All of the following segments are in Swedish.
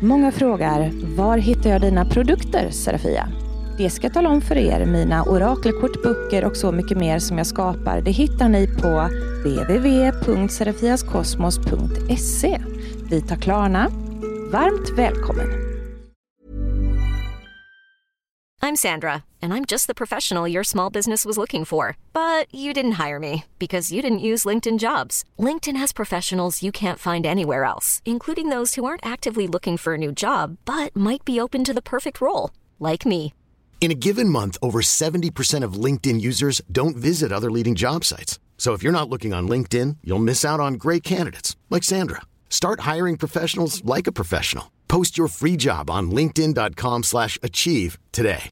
Många frågar, var hittar jag dina produkter, Serafia? Det ska jag tala om för er. Mina orakelkort, böcker och så mycket mer som jag skapar, det hittar ni på www.serafiaskosmos.se. Vi tar Klarna. Varmt välkommen! I'm Sandra, and I'm just the professional your small business was looking for. But you didn't hire me because you didn't use LinkedIn Jobs. LinkedIn has professionals you can't find anywhere else, including those who aren't actively looking for a new job, but might be open to the perfect role, like me. In a given month, over 70% of LinkedIn users don't visit other leading job sites. So if you're not looking on LinkedIn, you'll miss out on great candidates like Sandra. Start hiring professionals like a professional. Post your free job on linkedin.com/achieve today.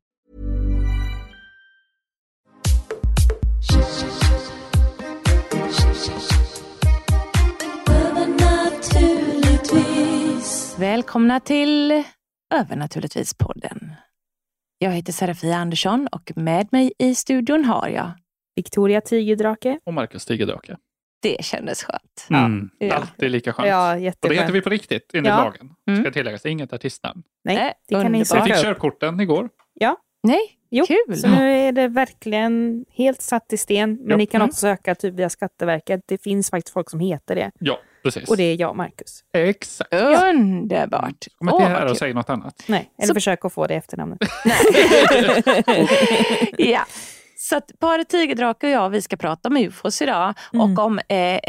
Välkomna till Övernaturligtvis-podden. Jag heter Serafia Andersson och med mig i studion har jag Victoria Tigerdrake och Marcus Tigerdrake. Det kändes skönt. Ja. Alltid lika skönt. Ja, jätteskönt. Och det heter vi på riktigt, enligt lagen. Ska tilläggas, inget artistnamn. Nej, det kan ni inte Jag fick säga. körkorten igår. Ja. Nej, Jo, kul. så nu är det verkligen helt satt i sten. Men ni kan också söka typ via Skatteverket. Det finns faktiskt folk som heter det. Ja, precis. Och det är jag, Marcus. Exakt. Underbart. Kom inte här och säg något annat. Nej, eller försök att få det efternamnet. Ja. Så att paret Tigerdrake och jag, vi ska prata om UFOs idag och om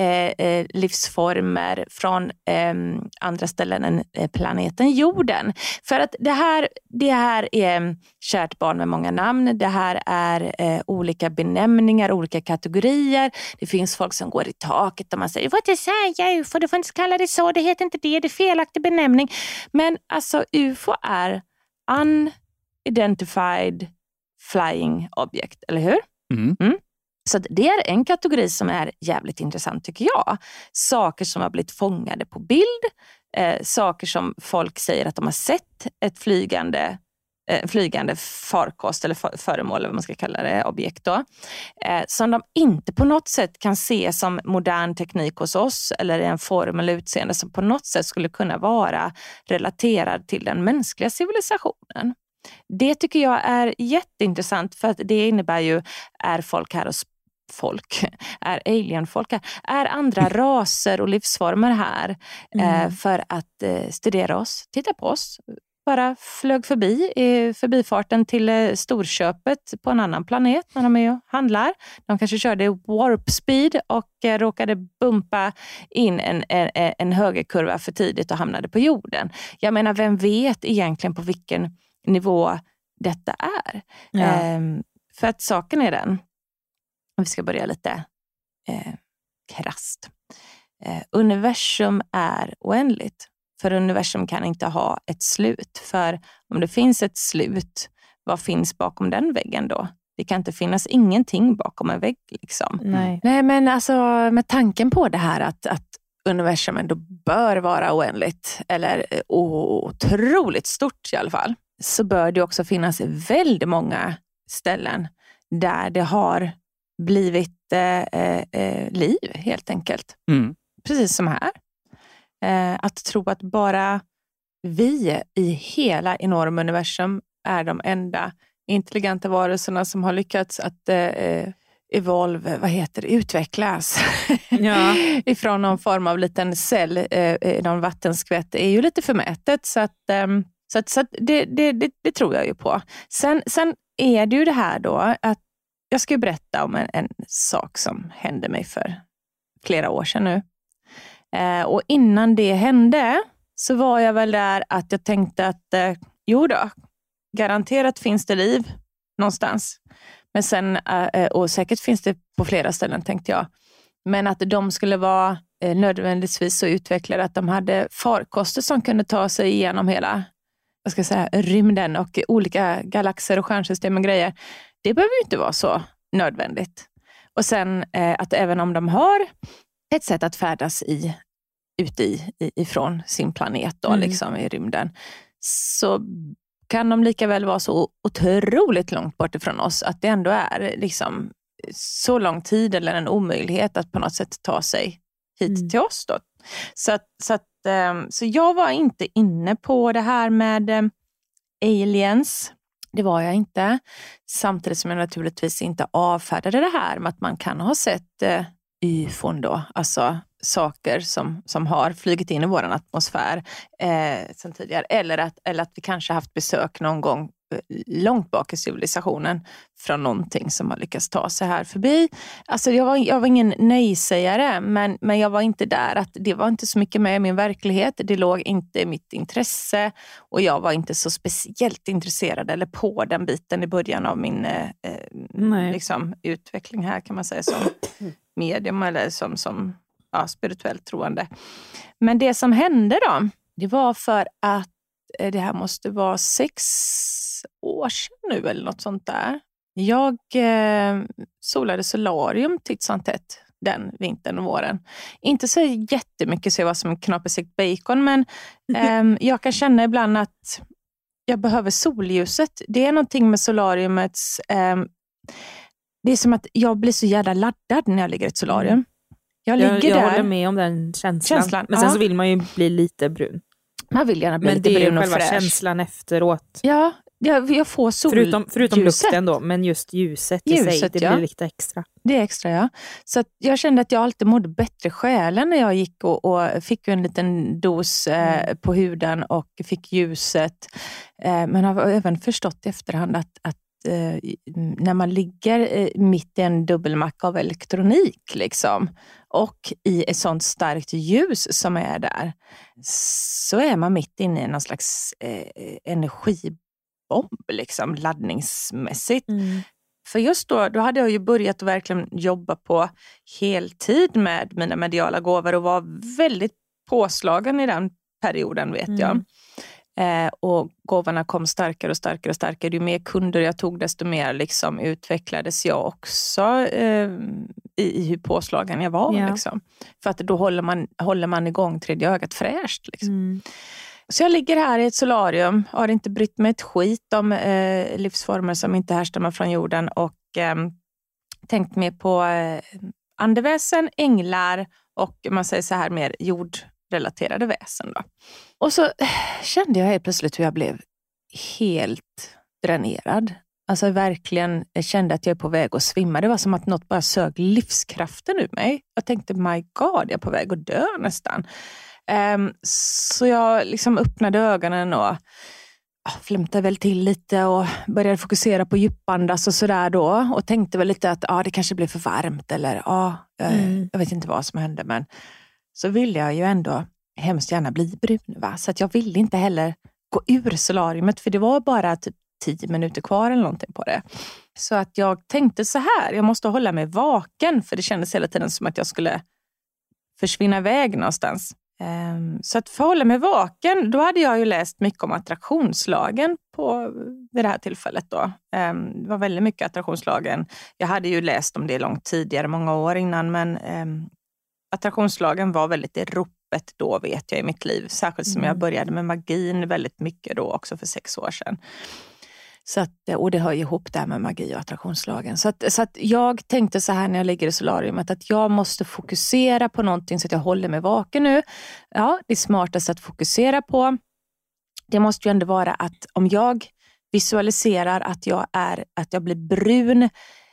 livsformer från andra ställen än planeten jorden. För att det här är kärt barn med många namn. Det här är olika benämningar, olika kategorier. Det finns folk som går i taket och man säger, vad det säger UFO, du får inte kalla det så, det heter inte det, det är felaktig benämning. Men alltså UFO är unidentified flying object, eller hur? Så det är en kategori som är jävligt intressant tycker jag. Saker som har blivit fångade på bild. Saker som folk säger att de har sett ett flygande farkost eller föremål, eller vad man ska kalla det, objekt då. Som de inte på något sätt kan se som modern teknik hos oss eller en form eller utseende som på något sätt skulle kunna vara relaterad till den mänskliga civilisationen. Det tycker jag är jätteintressant för att det innebär ju, är folk här hos folk, är alienfolk här, är andra raser och livsformer här för att studera oss, titta på oss. Bara flög förbi i förbifarten till storköpet på en annan planet när de är och handlar. De kanske körde warp speed och råkade bumpa in en högerkurva för tidigt och hamnade på jorden. Jag menar, vem vet egentligen på vilken nivå detta är? Ja. För att saken är den, om vi ska börja lite krasst. Universum är oändligt. För universum kan inte ha ett slut. För om det finns ett slut, vad finns bakom den väggen då? Det kan inte finnas ingenting bakom en vägg liksom. Nej, men alltså med tanken på det här att universum ändå bör vara oändligt, eller otroligt stort i alla fall, så bör det också finnas väldigt många ställen där det har blivit liv helt enkelt. Precis som här. Att tro att bara vi i hela enorma universum är de enda intelligenta varelserna som har lyckats att utvecklas ifrån någon form av liten cell, någon vattenskvätt, är ju lite förmätet. Så det tror jag ju på. Sen är det ju det här då att jag ska ju berätta om en sak som hände mig för flera år sedan nu. Och innan det hände så var jag väl där att jag tänkte att jo då, garanterat finns det liv någonstans. Men sen, och säkert finns det på flera ställen tänkte jag. Men att de skulle vara nödvändigtvis så utvecklade att de hade farkoster som kunde ta sig igenom hela, vad ska jag säga, rymden och olika galaxer och stjärnsystem och grejer. Det behöver ju inte vara så nödvändigt. Och sen att även om de har ett sätt att färdas ifrån sin planet då, liksom i rymden, så kan de lika väl vara så otroligt långt bort ifrån oss att det ändå är liksom så lång tid eller en omöjlighet att på något sätt ta sig hit till oss då. Så att så jag var inte inne på det här med aliens. Det var jag inte. Samtidigt som jag naturligtvis inte avfärdade det här med att man kan ha sett UFOn då. Alltså saker som har flugit in i vår atmosfär sedan tidigare. Eller att vi kanske haft besök någon gång långt bak i civilisationen från någonting som har lyckats ta sig här förbi. Alltså jag var ingen nej-sägare, men jag var inte där. Att det var inte så mycket med i min verklighet. Det låg inte i mitt intresse och jag var inte så speciellt intresserad eller på den biten i början av min liksom, utveckling här kan man säga som medium eller som spirituellt troende. Men det som hände då, det var för att det här måste vara 6 år sedan nu eller något sånt där. Jag solade solarium titt som tätt den vintern och våren. Inte så jättemycket så jag var som en knapersikt bacon, men jag kan känna ibland att jag behöver solljuset. Det är någonting med solariumets... det är som att jag blir så jävla laddad när jag ligger i ett solarium. Jag håller med om den känslan. Men sen så vill man ju bli lite brun. Man vill gärna bli lite brun och fräsch. Men det är själva känslan efteråt. Ja, jag får sol. Förutom lukten då, men just ljuset i sig, det blir lite extra. Det är extra, ja. Så att jag kände att jag alltid mådde bättre själen när jag gick och fick en liten dos på huden och fick ljuset. Men jag har även förstått i efterhand att när man ligger mitt i en dubbelmacka av elektronik liksom, och i ett sånt starkt ljus som är där, så är man mitt inne i någon slags energibomb liksom, laddningsmässigt. För just då hade jag ju börjat att verkligen jobba på heltid med mina mediala gåvor och var väldigt påslagen i den perioden, vet jag. Och gåvorna kom starkare och starkare och starkare. Ju mer kunder jag tog, desto mer liksom utvecklades jag också i hur påslagen jag var. Liksom. För att då håller man igång tredje ögat fräscht. Liksom. Så jag ligger här i ett solarium, har inte brytt mig ett skit om livsformer som inte härstammar från jorden och tänkt mer på andeväsen, änglar och man säger så här mer jordrelaterade väsen då. Och så kände jag helt plötsligt hur jag blev helt dränerad. Alltså verkligen kände att jag är på väg att svimma. Det var som att något bara sög livskraften ur mig. Jag tänkte, my God, jag är på väg att dö nästan. Så jag liksom öppnade ögonen och flämtade väl till lite och började fokusera på djupandas och sådär då. Och tänkte väl lite att det kanske blev för varmt eller jag vet inte vad som hände. Men så ville jag ju ändå hemskt gärna bli brun, va? Så att jag ville inte heller gå ur solariumet för det var bara typ 10 minuter kvar eller någonting på det. Så att jag tänkte så här, jag måste hålla mig vaken för det kändes hela tiden som att jag skulle försvinna iväg någonstans. Så att för att hålla mig vaken, då hade jag ju läst mycket om attraktionslagen vid det här tillfället då. Det var väldigt mycket attraktionslagen. Jag hade ju läst om det långt tidigare, många år innan, men attraktionslagen var väldigt i ropet då, vet jag, i mitt liv. Särskilt som jag började med magin väldigt mycket då också för 6 år sedan. Så att, och det hör ju ihop där med magi och attraktionslagen. Så att jag tänkte så här när jag ligger i solariumet att jag måste fokusera på någonting så att jag håller mig vaken nu. Ja, det smartaste att fokusera på, det måste ju ändå vara att om jag visualiserar att jag blir brun,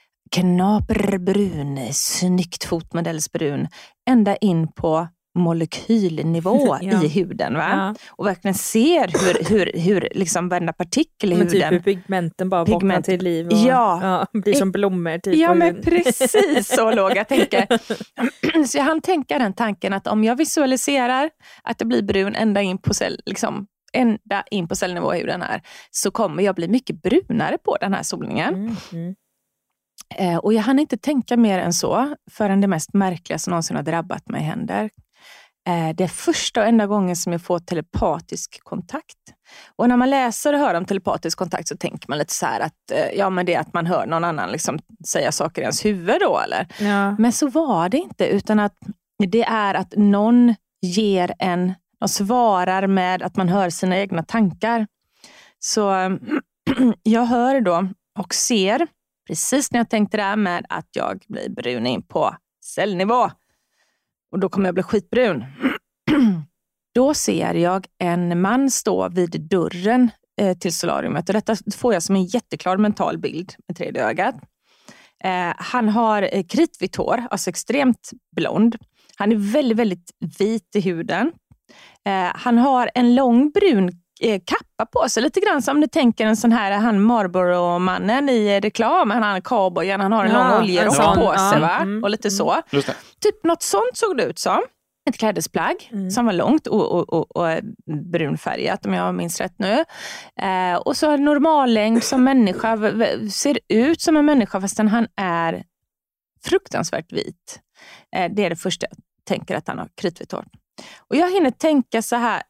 knaperbrun, snyggt fotmodellsbrun, ända in på molekylnivå i huden, va? Ja. Och verkligen ser hur liksom varenda partikel i huden. Typ hur pigmenten bara vaknar till liv och blir som blommor. Typ ja, men precis så låg jag tänker. Så jag hann tänka den tanken att om jag visualiserar att det blir brun ända in på cellnivå i huden här, så kommer jag bli mycket brunare på den här solningen. Och jag hann inte tänka mer än så förrän det mest märkliga som någonsin har drabbat mig händer. Det är första och enda gången som jag får telepatisk kontakt. Och när man läser och hör om telepatisk kontakt så tänker man lite så här att men det är att man hör någon annan liksom säga saker i ens huvud då, eller? Ja. Men så var det inte, utan att det är att någon svarar med att man hör sina egna tankar. Så jag hör då och ser precis när jag tänkte det här med att jag blir brun in på cellnivå. Och då kommer jag bli skitbrun. Då ser jag en man stå vid dörren till solariumet. Och detta får jag som en jätteklar mental bild med tredje ögat. Han har kritvitt hår, alltså extremt blond. Han är väldigt, väldigt vit i huden. Han har en lång brun kappa på sig. Lite grann som du tänker en sån här, han Marlboro-mannen i reklam. Han har cowboyen, han har en lång oljerock på sig va? Och lite så. Typ något sånt såg det ut som. Ett klädesplagg som var långt och brunfärgat om jag minns rätt nu. Och så normallängd som människa, ser ut som en människa fastän han är fruktansvärt vit. Det är det första jag tänker, att han har kritvitt hår. Och jag hinner tänka så här,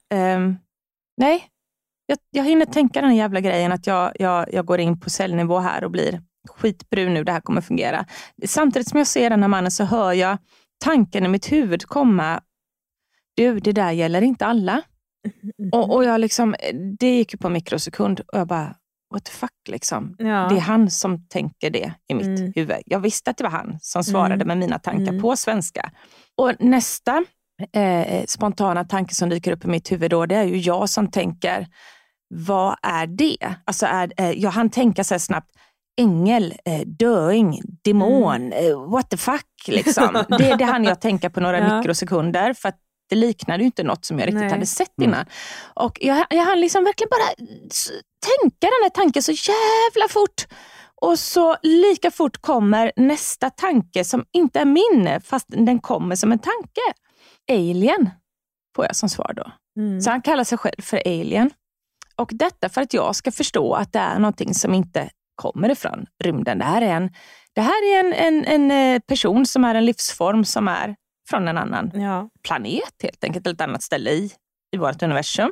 jag hinner tänka den jävla grejen att jag går in på cellnivå här och blir skitbrun nu, det här kommer fungera. Samtidigt som jag ser den här mannen så hör jag tanken i mitt huvud komma, du, det där gäller inte alla. Och jag liksom, det gick ju på en mikrosekund och jag bara, what the fuck liksom. Ja. Det är han som tänker det i mitt huvud. Jag visste att det var han som svarade med mina tankar på svenska. Och nästa spontana tanke som dyker upp i mitt huvud då, det är ju jag som tänker, vad är det? Alltså han tänker så här snabbt, ängel, döing, demon, what the fuck liksom. Det är han jag tänker på några mikrosekunder, för att det liknade ju inte något som jag riktigt hade sett innan. Och jag hann liksom verkligen bara tänka den här tanken så jävla fort. Och så lika fort kommer nästa tanke som inte är min, fast den kommer som en tanke. Alien får jag som svar då. Så han kallar sig själv för alien. Och detta för att jag ska förstå att det är någonting som inte kommer ifrån rymden. Det här är en person som är en livsform som är från en annan planet helt enkelt, ett annat ställe i vårt universum.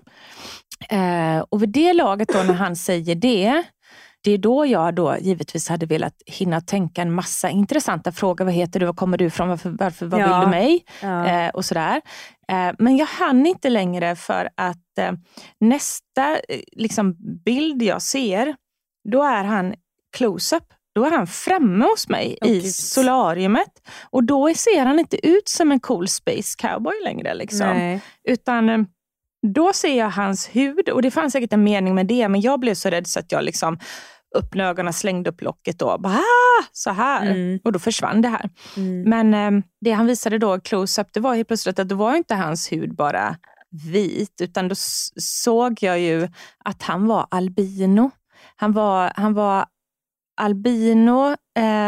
Och vid det laget då när han säger det är då jag då givetvis hade velat hinna tänka en massa intressanta frågor. Vad heter du? Var kommer du ifrån? Vad vill du mig? Och sådär. Men jag hann inte längre för att nästa liksom, bild jag ser, då är han close-up. Då är han framme hos mig i solariumet. Och då ser han inte ut som en cool space cowboy längre. Liksom. Utan då ser jag hans hud. Och det fanns säkert en mening med det. Men jag blev så rädd så att jag liksom öppnade ögonen, slängde upp locket och bara så här. Och då försvann det här. Men det han visade då close-up, det var helt plötsligt att det var inte hans hud bara vit. Utan då såg jag ju att han var albino. Han var albino,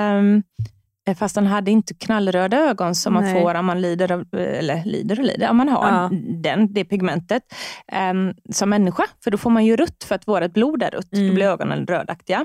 fast han hade inte knallröda ögon som man får om man lider om man har det pigmentet som människa. För då får man ju rött för att vårt blod är rött. Då blir ögonen rödaktiga.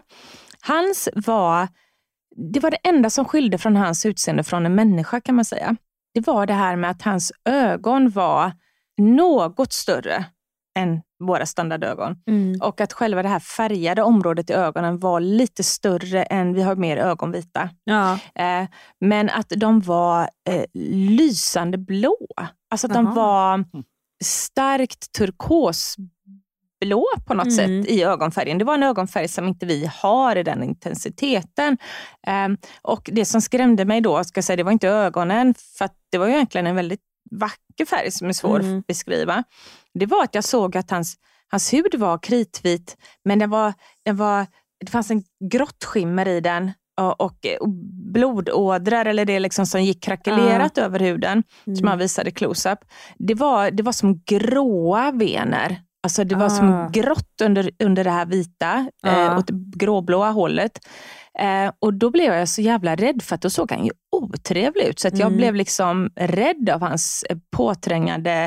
Det var det enda som skilde från hans utseende från en människa kan man säga. Det var det här med att hans ögon var något större än våra standardögon. Och att själva det här färgade området i ögonen var lite större än, vi har mer ögonvita. Men att de var lysande blå. Alltså att de var starkt turkosblå på något sätt i ögonfärgen. Det var en ögonfärg som inte vi har i den intensiteten. Och det som skrämde mig då, ska jag säga, det var inte ögonen, för att det var ju egentligen en väldigt vacker färg som är svår att beskriva. Det var att jag såg att hans hud var kritvit, men det fanns en grått skimmer i den och blodådrar eller det liksom som gick krackelerat över huden som han visade close-up. Det var som gråa vener. Alltså det var som grått under det här vita åt det gråblåa hållet. Och då blev jag så jävla rädd för att då såg han ju otrevlig ut. Så att jag blev liksom rädd av hans påträngande...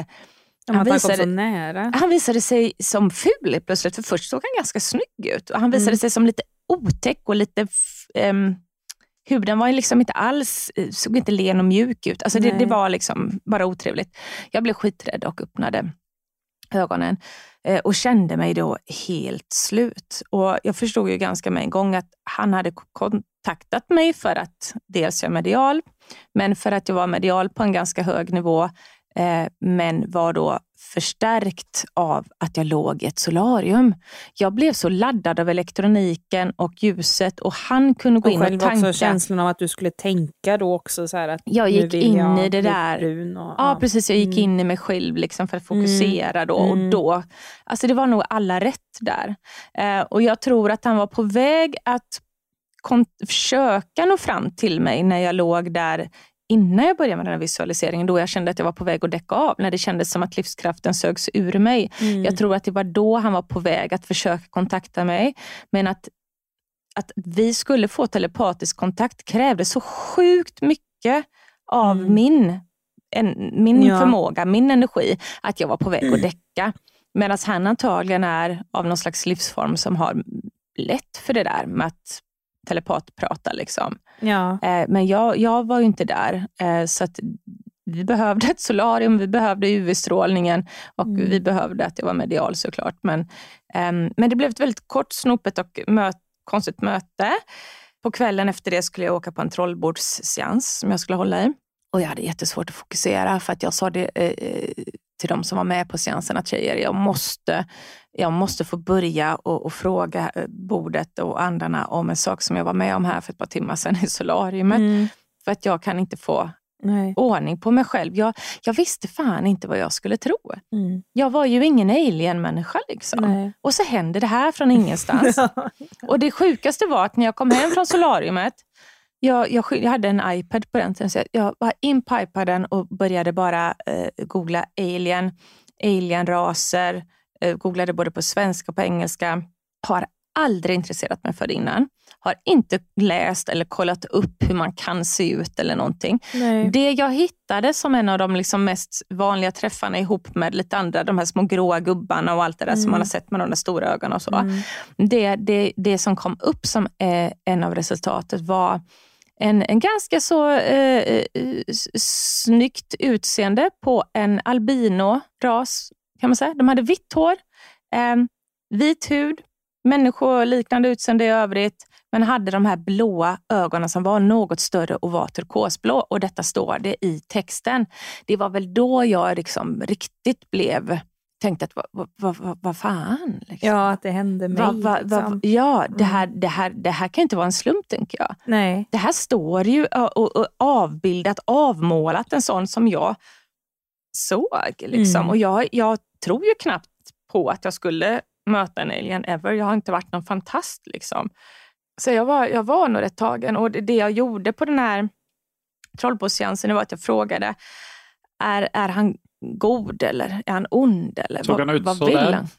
Han visade sig som ful plötsligt. För först såg han ganska snygg ut. Och han visade sig som lite otäck och lite... huden var liksom inte alls... Såg inte len och mjuk ut. Alltså det var liksom bara otrevligt. Jag blev skiträdd och öppnade ögonen. Och kände mig då helt slut. Och jag förstod ju ganska med en gång att han hade kontaktat mig för att dels jag är medial. Men för att jag var medial på en ganska hög nivå. Men var då förstärkt av att jag låg i ett solarium. Jag blev så laddad av elektroniken och ljuset och han kunde gå in och tanka. Också känslan av att du skulle tänka då också så här att jag gick in i det där. Ja, precis. Jag gick in i mig själv liksom för att fokusera då. Och då, alltså det var nog alla rätt där. Och jag tror att han var på väg att försöka nå fram till mig när jag låg där innan jag började med den här visualiseringen, då jag kände att jag var på väg att däcka av, när det kändes som att livskraften sögs ur mig. Jag tror att det var då han var på väg att försöka kontakta mig, men att vi skulle få telepatisk kontakt krävde så sjukt mycket av min förmåga, min energi, att jag var på väg att däcka. Medan han antagligen är av någon slags livsform som har lätt för det där med att telepatprata liksom. Ja. Men jag var ju inte där. Så att vi behövde ett solarium, vi behövde UV-strålningen och vi behövde att jag var medial såklart. Men det blev ett väldigt kort, snopet och konstigt möte. På kvällen efter det skulle jag åka på en trollbordsseans som jag skulle hålla i. Och jag hade jättesvårt att fokusera för att jag sa det till de som var med på seansen att tjejer, jag måste få börja och fråga bordet och andarna om en sak som jag var med om här för ett par timmar sedan i solariumet. För att jag kan inte få ordning på mig själv. Jag visste fan inte vad jag skulle tro. Jag var ju ingen alien-människa liksom. Nej. Och så hände det här från ingenstans. Och det sjukaste var att när jag kom hem från solariumet, jag hade en iPad på den tiden, så jag var in på iPaden och började bara googla alien-raser, googlade både på svenska och på engelska. Har aldrig intresserat mig för det innan. Har inte läst eller kollat upp hur man kan se ut eller någonting. Nej. Det jag hittade som en av de liksom mest vanliga träffarna ihop med lite andra, de här små gråa gubbarna och allt det där som man har sett med de där stora ögonen och så. Det som kom upp som en av resultatet var en ganska så snyggt utseende på en albino-ras, kan man säga. De hade vitt hår, vit hud, människoliknande utseende i övrigt, men hade de här blåa ögonen som var något större och var turkosblå, och detta står det i texten. Det var väl då jag liksom riktigt tänkte att vad fan liksom. Ja, att det hände mig liksom. Det här kan inte vara en slump, tänker jag. Nej. Det här står ju och avbildat, avmålat en sån som jag såg liksom. Och jag tror ju knappt på att jag skulle möta en alien ever. Jag har inte varit någon fantast liksom. Så jag var nog rätt tagen. Och det jag gjorde på den här trollbordsseansen var att jag frågade, är han god eller är han ond? Eller såg han ut vad så vill där? han?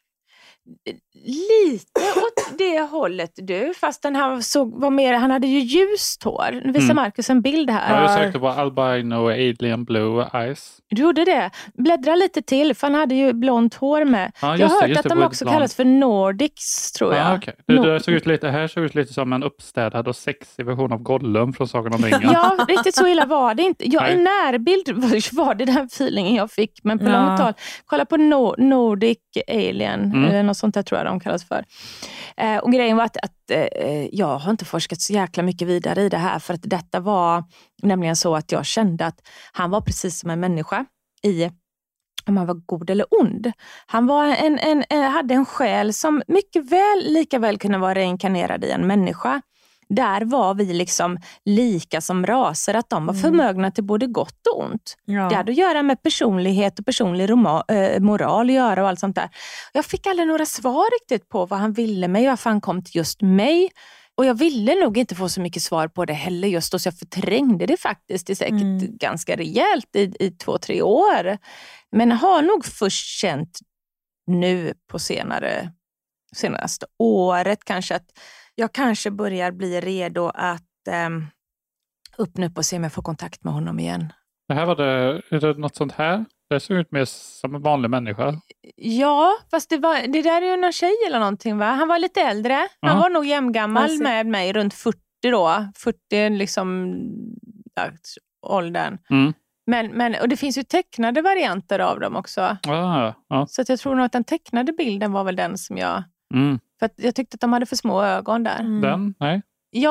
Lite åt det hållet du. Fast han hade ju ljust hår. Nu visar Marcus en bild här. Ja, jag sökte på albino alien blue eyes. Du gjorde det. Bläddra lite till, för han hade ju blont hår med. Ja, jag har hört att de också kallas för Nordics, tror jag. Ja, okay. Det såg ut lite som en uppstädad och sexig version av Gollum från Sagan om ringen. Ja, riktigt så illa var det inte. En närbild var det den feelingen jag fick. Men på långt tal, kolla på Nordic Alien, eller något sånt där tror jag de kallas för. Och grejen var att jag har inte forskat så jäkla mycket vidare i det här, för att detta var nämligen så att jag kände att han var precis som en människa i om han var god eller ond. Han var hade en själ som mycket väl, lika väl kunde vara reinkarnerad i en människa. Där var vi liksom lika som raser, att de var förmögna till både gott och ont. Ja. Det hade att göra med personlighet och personlig moral att göra och allt sånt där. Jag fick aldrig några svar riktigt på vad han ville mig, varför han kom till just mig. Och jag ville nog inte få så mycket svar på det heller just då, så jag förträngde det faktiskt. Det är säkert ganska rejält i 2-3 år. Men jag har nog först känt nu på senaste året kanske att jag kanske börjar bli redo att öppna upp och se om jag får kontakt med honom igen. Är det något sånt här? Det ser ut mer som en vanlig människa. Ja, fast det där är ju någon tjej eller någonting, va? Han var lite äldre. Han var nog jämngammal med mig, runt 40 då. 40 liksom åldern. Men och det finns ju tecknade varianter av dem också. Så att jag tror nog att den tecknade bilden var väl den som jag... För att jag tyckte att de hade för små ögon där. Den? Nej. Ja,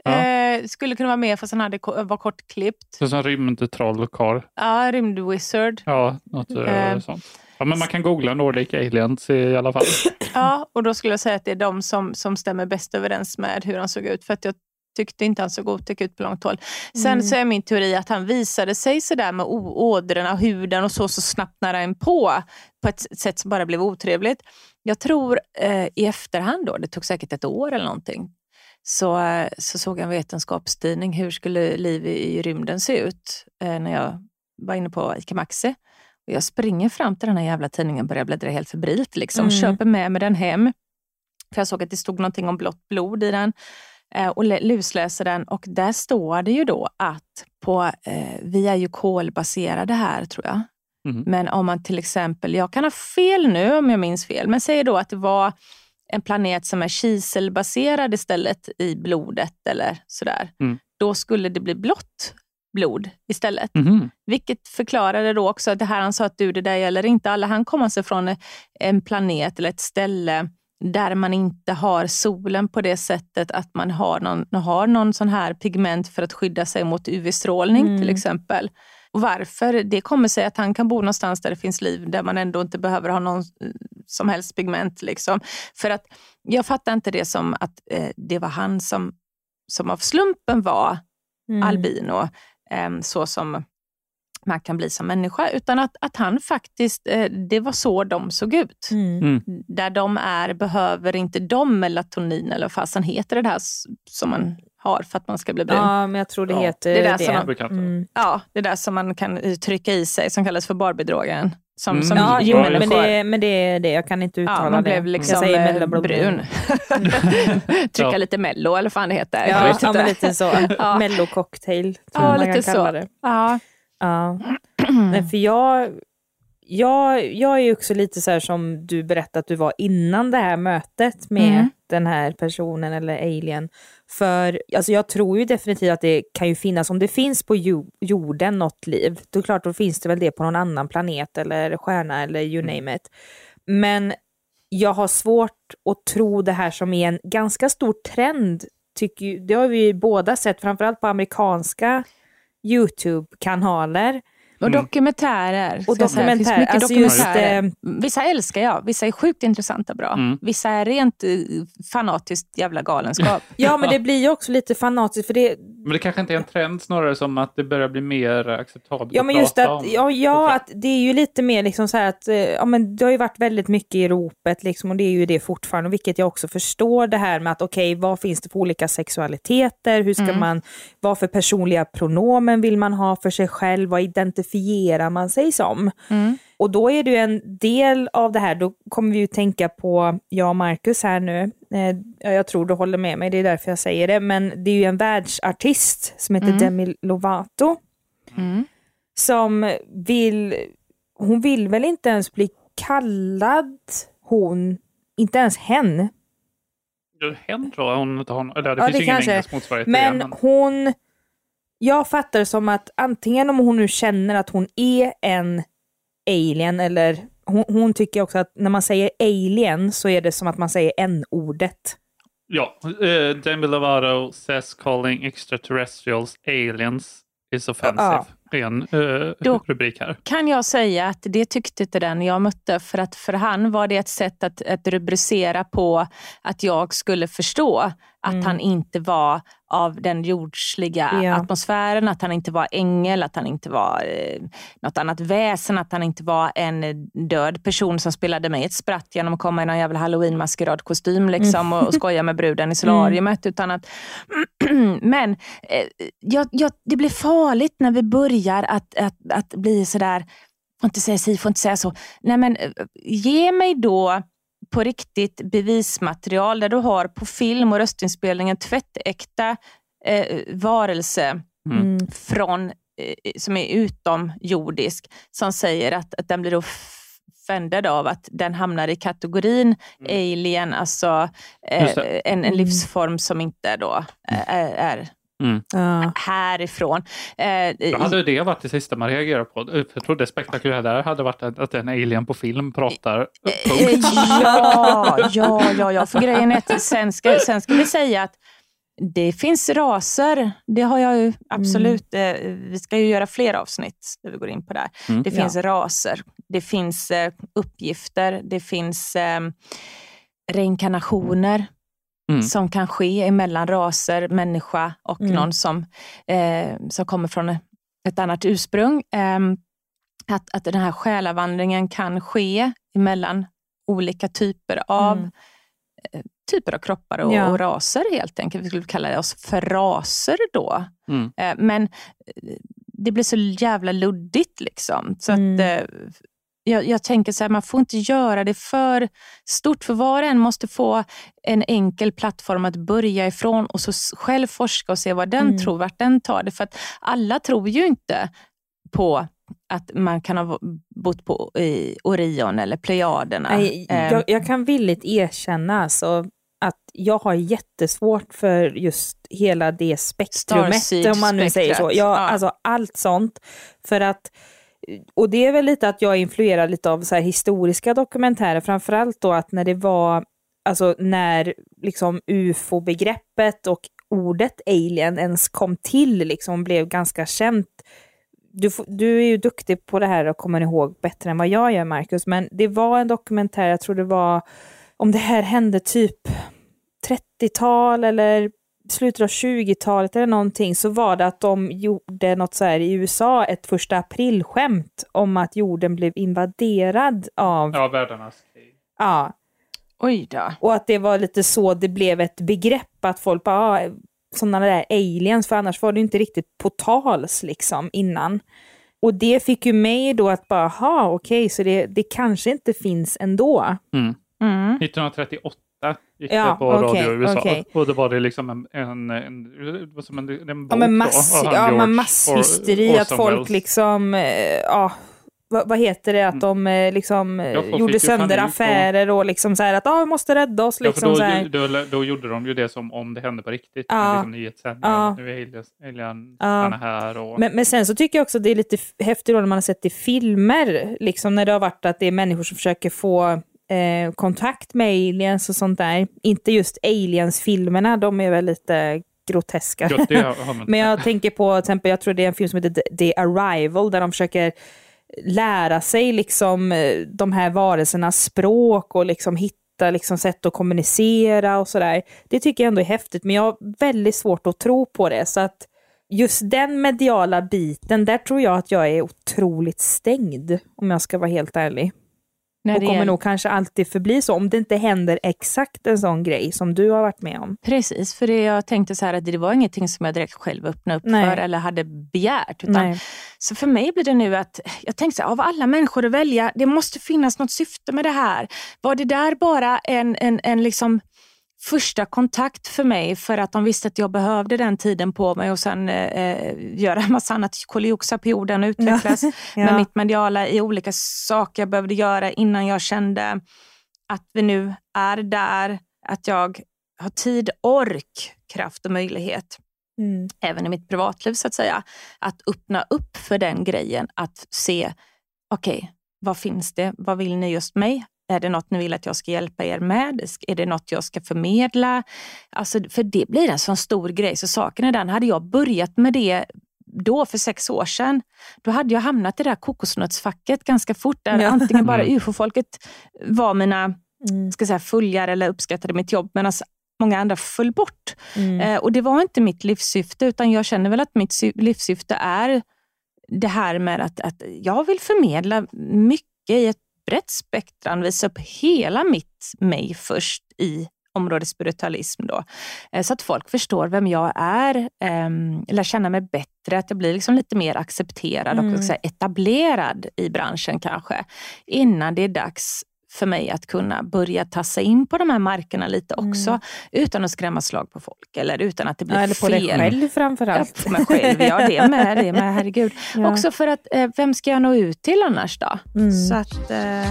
Skulle kunna vara med fast han var kortklippt. Så som rymdtrollkarl. Ja, rymdwizard. Ja, något sånt. Ja, men man kan googla Nordic Aliens i alla fall. Ja, och då skulle jag säga att det är de som stämmer bäst överens med hur han såg ut. För att jag tyckte inte han såg otäck ut på långt håll. Sen så är min teori att han visade sig sådär med ådrorna, huden och så snabbt nära en på ett sätt som bara blev otrevligt. Jag tror i efterhand då, det tog säkert ett år eller någonting, så såg jag en vetenskapstidning hur skulle liv i rymden se ut när jag var inne på ICA Maxi. Och jag springer fram till den här jävla tidningen och börjar bläddra helt febrilt liksom. Köper med mig den hem. För jag såg att det stod någonting om blått blod i den. Och lusläser den. Och där står det ju då att vi är ju kolbaserade här tror jag. Men om man till exempel, jag kan ha fel nu om jag minns fel. Men säger då att det var en planet som är kiselbaserad istället i blodet eller sådär. Då skulle det bli blått blod istället. Vilket förklarade då också att det här han sa att det där gäller inte alla. Han kommer sig från en planet eller ett ställe där man inte har solen på det sättet att man har någon sån här pigment för att skydda sig mot UV-strålning till exempel. Och varför? Det kommer sig att han kan bo någonstans där det finns liv där man ändå inte behöver ha någon som helst pigment liksom. För att jag fattar inte det som att det var han som av slumpen var albino, så som man kan bli som människa, utan att han faktiskt, det var så de såg ut. Där de behöver inte de melatonin eller vad fasen heter det här som man har för att man ska bli brun. Ja, men jag tror det heter det. Det där som man kan trycka i sig som kallas för Barbie-drogen. Men det är det. Jag kan inte uttala man det. Blev liksom brun. Trycka lite mello eller fan det heter. Ja, men lite så. Mello-cocktail tror jag man kan kalla det. Ja. Men för jag är ju också lite så här som du berättade att du var innan det här mötet med den här personen eller alien. För alltså jag tror ju definitivt att det kan ju finnas, om det finns på jorden något liv, då är klart då finns det väl det på någon annan planet eller stjärna eller you name it. Men jag har svårt att tro det här som är en ganska stor trend, det har vi båda sett, framförallt på amerikanska YouTube-kanaler. Och dokumentärer. Vissa älskar jag. Vissa är sjukt intressanta bra. Vissa är rent fanatiskt jävla galenskap. Ja, men det blir ju också lite fanatiskt. Men det kanske inte är en trend snarare som att det börjar bli mer acceptabelt. Ja, men just att, att det är ju lite mer liksom så här att men det har ju varit väldigt mycket i ropet liksom, och det är ju det fortfarande, vilket jag också förstår det här med att vad finns det för olika sexualiteter? Hur ska man, vad för personliga pronomen vill man ha för sig själv? Vad identifierar man sig som? Och då är det ju en del av det här, då kommer vi ju tänka på jag och Marcus här nu. Jag tror du håller med mig, det är därför jag säger det. Men det är ju en världsartist som heter Demi Lovato. Som hon vill väl inte ens bli kallad inte ens hen. Hen tror jag hon inte har, eller det finns ju ingen engelsk motsvarighet. Men jag fattar som att antingen om hon nu känner att hon är en alien, eller hon tycker också att när man säger alien så är det som att man säger n-ordet. Ja, Demi Lovato says calling extraterrestrials aliens is offensive. En rubrik här. Kan jag säga att det tyckte inte den jag mötte, för att för han var det ett sätt att rubricera på att jag skulle förstå att han inte var av den jordsliga atmosfären, att han inte var ängel, att han inte var något annat väsen, att han inte var en död person som spelade mig ett spratt genom att komma i någon jävla Halloween-maskeradkostym liksom, och skoja med bruden i solariumet, utan att men det blir farligt när vi börjar att bli sådär, får inte säga så. Nej, men ge mig då på riktigt bevismaterial där du har på film och röstinspelningen tvättäkta varelse från som är utomjordisk, som säger att den blir offended av att den hamnar i kategorin alien, alltså en livsform som inte då är härifrån. Då hade det varit det sista man reagerar på. Jag tror det spektakulära där hade varit att en alien på film pratar. Ja. För grejen är att sen ska vi säga att Det finns raser, det har jag ju absolut. Vi ska ju göra fler avsnitt där vi går in på det. Det finns raser, det finns uppgifter, det finns reinkarnationer som kan ske emellan raser, människa och någon som kommer från ett annat ursprung. Att den här själavandringen kan ske emellan olika typer av kroppar och raser helt enkelt. Vi skulle kalla oss för raser då. Men det blir så jävla luddigt liksom. Så att jag tänker så här, man får inte göra det för stort. För var och en måste få en enkel plattform att börja ifrån och så själv forska och se vad den tror, vart den tar det. För att alla tror ju inte på att man kan ha bott på i Orion eller Plejaderna. Jag kan villigt erkänna alltså att jag har jättesvårt för just hela det spektrumet, om man nu säger så. Alltså allt sånt. För att, och det är väl lite att jag är influerad lite av så här historiska dokumentärer, framförallt då att när det var, alltså när liksom UFO-begreppet och ordet alien ens kom till, liksom blev ganska känt. Du är ju duktig på det här och kommer ihåg bättre än vad jag gör, Marcus, men det var en dokumentär, jag tror det var, om det här hände typ 30-tal eller slutet av 20-talet eller någonting, så var det att de gjorde något så här i USA, ett 1 april-skämt om att jorden blev invaderad av världarnas krig. Ja. Oj då. Och att det var lite så det blev ett begrepp, att folk bara, sådana där aliens, för annars var det inte riktigt på tals liksom innan. Och det fick ju mig då att bara, okej, så det kanske inte finns ändå. 1938 gick det på radio i USA. Okay. Och då var det liksom en masshysteri, att folk liksom, vad heter det, att de liksom gjorde sönder affärer och liksom så här att vi måste rädda oss liksom, då gjorde de ju det som om det hände på riktigt, liksom nyhetssändningar, nu är aliensarna här och... men sen så tycker jag också det är lite häftigt då när man har sett i filmer liksom, när det har varit att det är människor som försöker få kontakt med aliens och sånt där. Inte just aliens-filmerna, de är väl lite groteska. Men jag tänker på, till exempel, jag tror det är en film som heter The Arrival, där de försöker lära sig liksom de här varelsernas språk och liksom hitta liksom sätt att kommunicera och sådär. Det tycker jag ändå är häftigt, men jag har väldigt svårt att tro på det. Så att just den mediala biten, där tror jag att jag är otroligt stängd, om jag ska vara helt ärlig. Och kommer nog kanske alltid förbli så, om det inte händer exakt en sån grej som du har varit med om. Precis, för jag tänkte så här att det var ingenting som jag direkt själv öppnade upp för eller hade begärt. Utan, så för mig blir det nu att jag tänkte så här, av alla människor att välja, det måste finnas något syfte med det här. Var det där bara en liksom första kontakt för mig, för att de visste att jag behövde den tiden på mig och sen göra en massa annat, kolioxa på jorden, utvecklas med mitt mediala i olika saker jag behövde göra innan jag kände att vi nu är där, att jag har tid, ork, kraft och möjlighet även i mitt privatliv så att säga, att öppna upp för den grejen, att se okej, vad finns det, vad vill ni just mig? Är det något ni vill att jag ska hjälpa er med? Är det något jag ska förmedla? Alltså, för det blir en sån stor grej. Så saken är den, hade jag börjat med det då för 6 år sedan, då hade jag hamnat i det där kokosnötsfacket ganska fort. Där antingen bara UFO-folket var mina följare eller uppskattade mitt jobb, medan många andra föll bort. Och det var inte mitt livssyfte, utan jag känner väl att mitt livssyfte är det här med att jag vill förmedla mycket i ett brett spektrum, visa upp hela mig först i området spiritualism då. Så att folk förstår vem jag är, eller känna mig bättre, att jag blir liksom lite mer accepterad och etablerad i branschen kanske, innan det är dags för mig att kunna börja tassa in på de här markerna lite också, utan att skrämma slag på folk, eller utan att det blir eller på fel. Dig själv framförallt. Ja, på mig själv, det med, herregud. Ja. Också för att, vem ska jag nå ut till annars då? Så att,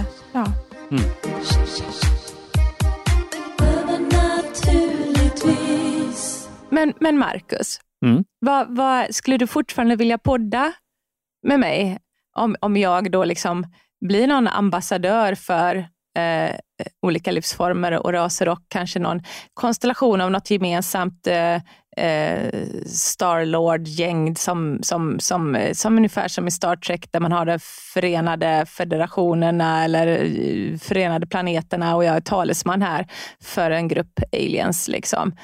Men Marcus, vad skulle du fortfarande vilja podda med mig om jag då liksom blir någon ambassadör för olika livsformer och raser och kanske någon konstellation av något gemensamt Star-Lord-gäng som ungefär som i Star Trek där man har de förenade federationerna eller förenade planeterna och jag är talesman här för en grupp aliens liksom.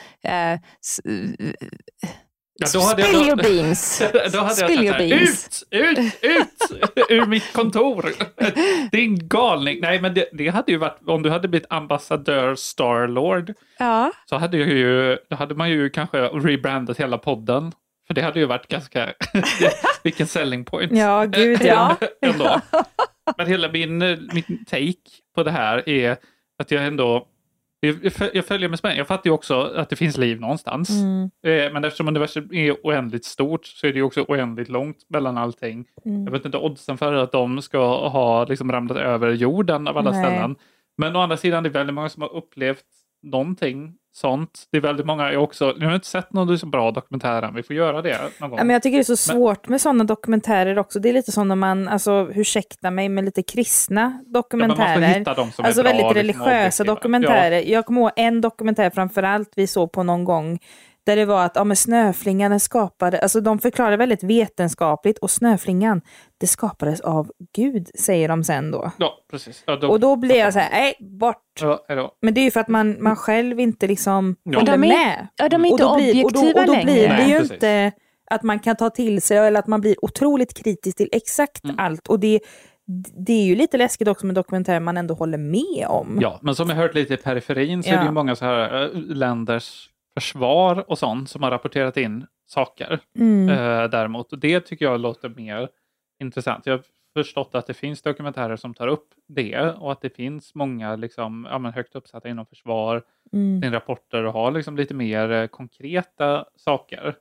Spill your beans. Då hade Spill jag sagt ut ur mitt kontor. Din galning. Nej, men det hade ju varit, om du hade blivit ambassadör Star-Lord, så hade man ju kanske rebrandat hela podden. För det hade ju varit ganska vilken selling point. Ja, gud ja. Ändå. Men hela min take på det här är att jag ändå jag följer med spänning. Jag fattar ju också att det finns liv någonstans. Men eftersom universum är oändligt stort så är det ju också oändligt långt mellan allting. Jag vet inte oddsen för att de ska ha liksom ramlat över jorden av alla ställen. Men å andra sidan det är väldigt många som har upplevt någonting sånt. Det är väldigt många också. Jag har inte sett någon så bra dokumentär. Vi får göra det någon gång. Men jag tycker det är så svårt med sådana dokumentärer också. Det är lite som när man, alltså ursäkta mig, med lite kristna dokumentärer. Man måste hitta dem som alltså är bra, väldigt religiösa dokumentärer. Ja. Jag kommer ihåg en dokumentär framförallt vi såg på någon gång. Där det var att snöflingan skapade, alltså de förklarade väldigt vetenskapligt och snöflingan, det skapades av Gud, säger de sen då. Ja, precis. Ja, och då blir jag så här, nej, bort. Ja, men det är ju för att man själv inte liksom håller med. Ja, de är inte objektiva och då blir det ju precis. Inte att man kan ta till sig eller att man blir otroligt kritisk till exakt allt. Och det är ju lite läskigt också med dokumentärer man ändå håller med om. Ja, men som jag hört lite i periferin så är det ju många så här länders försvar och sånt som har rapporterat in saker däremot. Och det tycker jag låter mer intressant. Jag har förstått att det finns dokumentärer som tar upp det och att det finns många liksom, högt uppsatta inom försvar sin rapporter och har liksom lite mer konkreta saker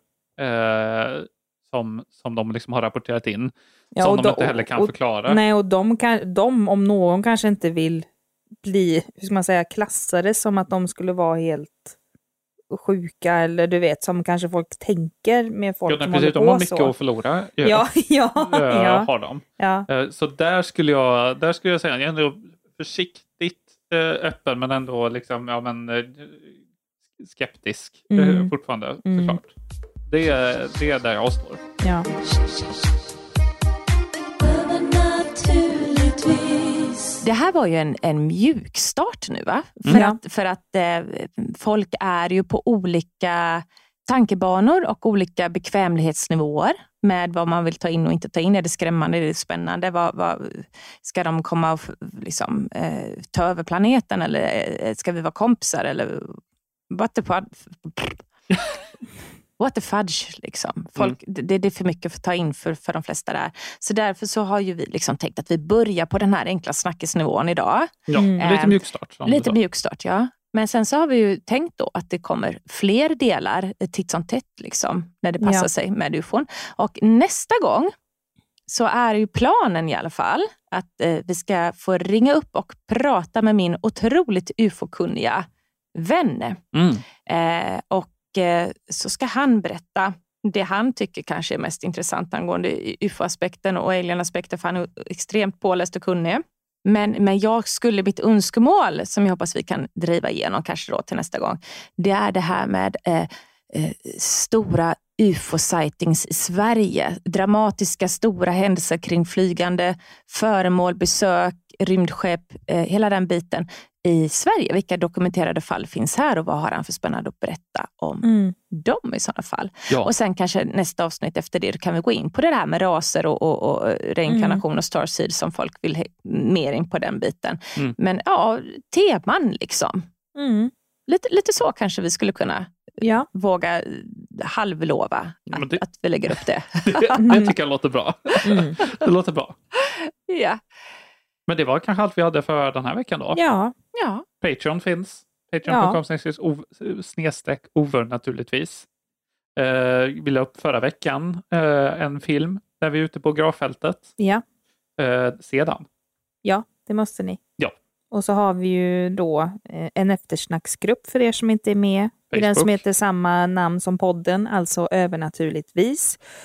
som de liksom har rapporterat in som de inte heller kan förklara. Nej, och de om någon kanske inte vill bli, hur ska man säga, klassade som att de skulle vara helt sjuka eller du vet som kanske folk tänker med folk som håller på så. De har mycket att förlora. Har de. Ja. Så där skulle jag säga jag är ändå försiktigt öppen men ändå liksom skeptisk fortfarande såklart. Det är där jag står. Ja. Det här var ju en mjukstart nu va? För att folk är ju på olika tankebanor och olika bekvämlighetsnivåer med vad man vill ta in och inte ta in. Är det skrämmande? Är det spännande? Ska de komma och liksom, ta över planeten eller ska vi vara kompisar? Eller what the fudge liksom. Folk, det är för mycket för att ta in för de flesta där. Så därför så har ju vi liksom tänkt att vi börjar på den här enkla snackisnivån idag. Ja, lite mjukstart. Lite mjukstart, ja. Men sen så har vi ju tänkt då att det kommer fler delar titt som tätt liksom, när det passar sig med UFOn. Och nästa gång så är ju planen i alla fall att vi ska få ringa upp och prata med min otroligt UFO-kunniga vän. Och så ska han berätta det han tycker kanske är mest intressant angående UFO-aspekten och alien-aspekten, för han är extremt påläst och kunnig. Men jag skulle, mitt önskemål som jag hoppas vi kan driva igenom kanske då till nästa gång, det är det här med stora UFO-sightings i Sverige. Dramatiska stora händelser kring flygande föremål, besök, rymdskepp, hela den biten i Sverige. Vilka dokumenterade fall finns här och vad har han för spännande att berätta om dem i sådana fall. Ja. Och sen kanske nästa avsnitt efter det kan vi gå in på det här med raser och reinkarnation och starseed som folk vill mer in på den biten. Men ja, teman liksom. Lite så kanske vi skulle kunna våga halvlova att vi lägger upp det. Det tycker jag låter bra. Det låter bra. Ja. Men det var kanske allt vi hade för den här veckan då. Ja. Patreon finns. Patreon.com/over naturligtvis. Vi la upp förra veckan en film där vi är ute på gravfältet. Ja. Sedan. Ja, det måste ni. Ja. Och så har vi ju då en eftersnacksgrupp för er som inte är med. I den som heter samma namn som podden, alltså övernaturligtvis. Ja.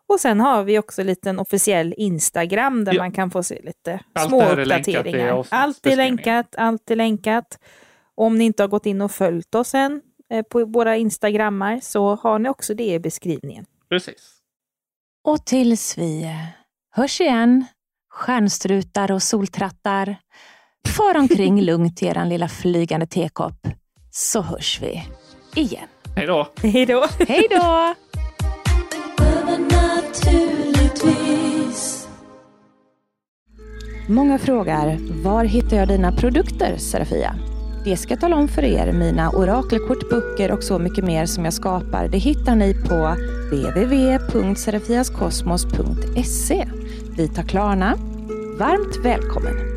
Och sen har vi också en liten officiell Instagram där man kan få se lite små uppdateringar. Allt är länkat. Om ni inte har gått in och följt oss än på våra Instagrammar så har ni också det i beskrivningen. Precis. Och tills vi hörs igen, stjärnstrutar och soltrattar, far omkring lugnt i eran lilla flygande tekopp, så hörs vi igen. Hej då! Hej då! Hej då! Många frågar, var hittar jag dina produkter, Serafia? Det ska jag tala om för er. Mina orakelkort, böcker och så mycket mer som jag skapar, det hittar ni på www.serafiaskosmos.se. Vi tar Klarna. Varmt välkommen!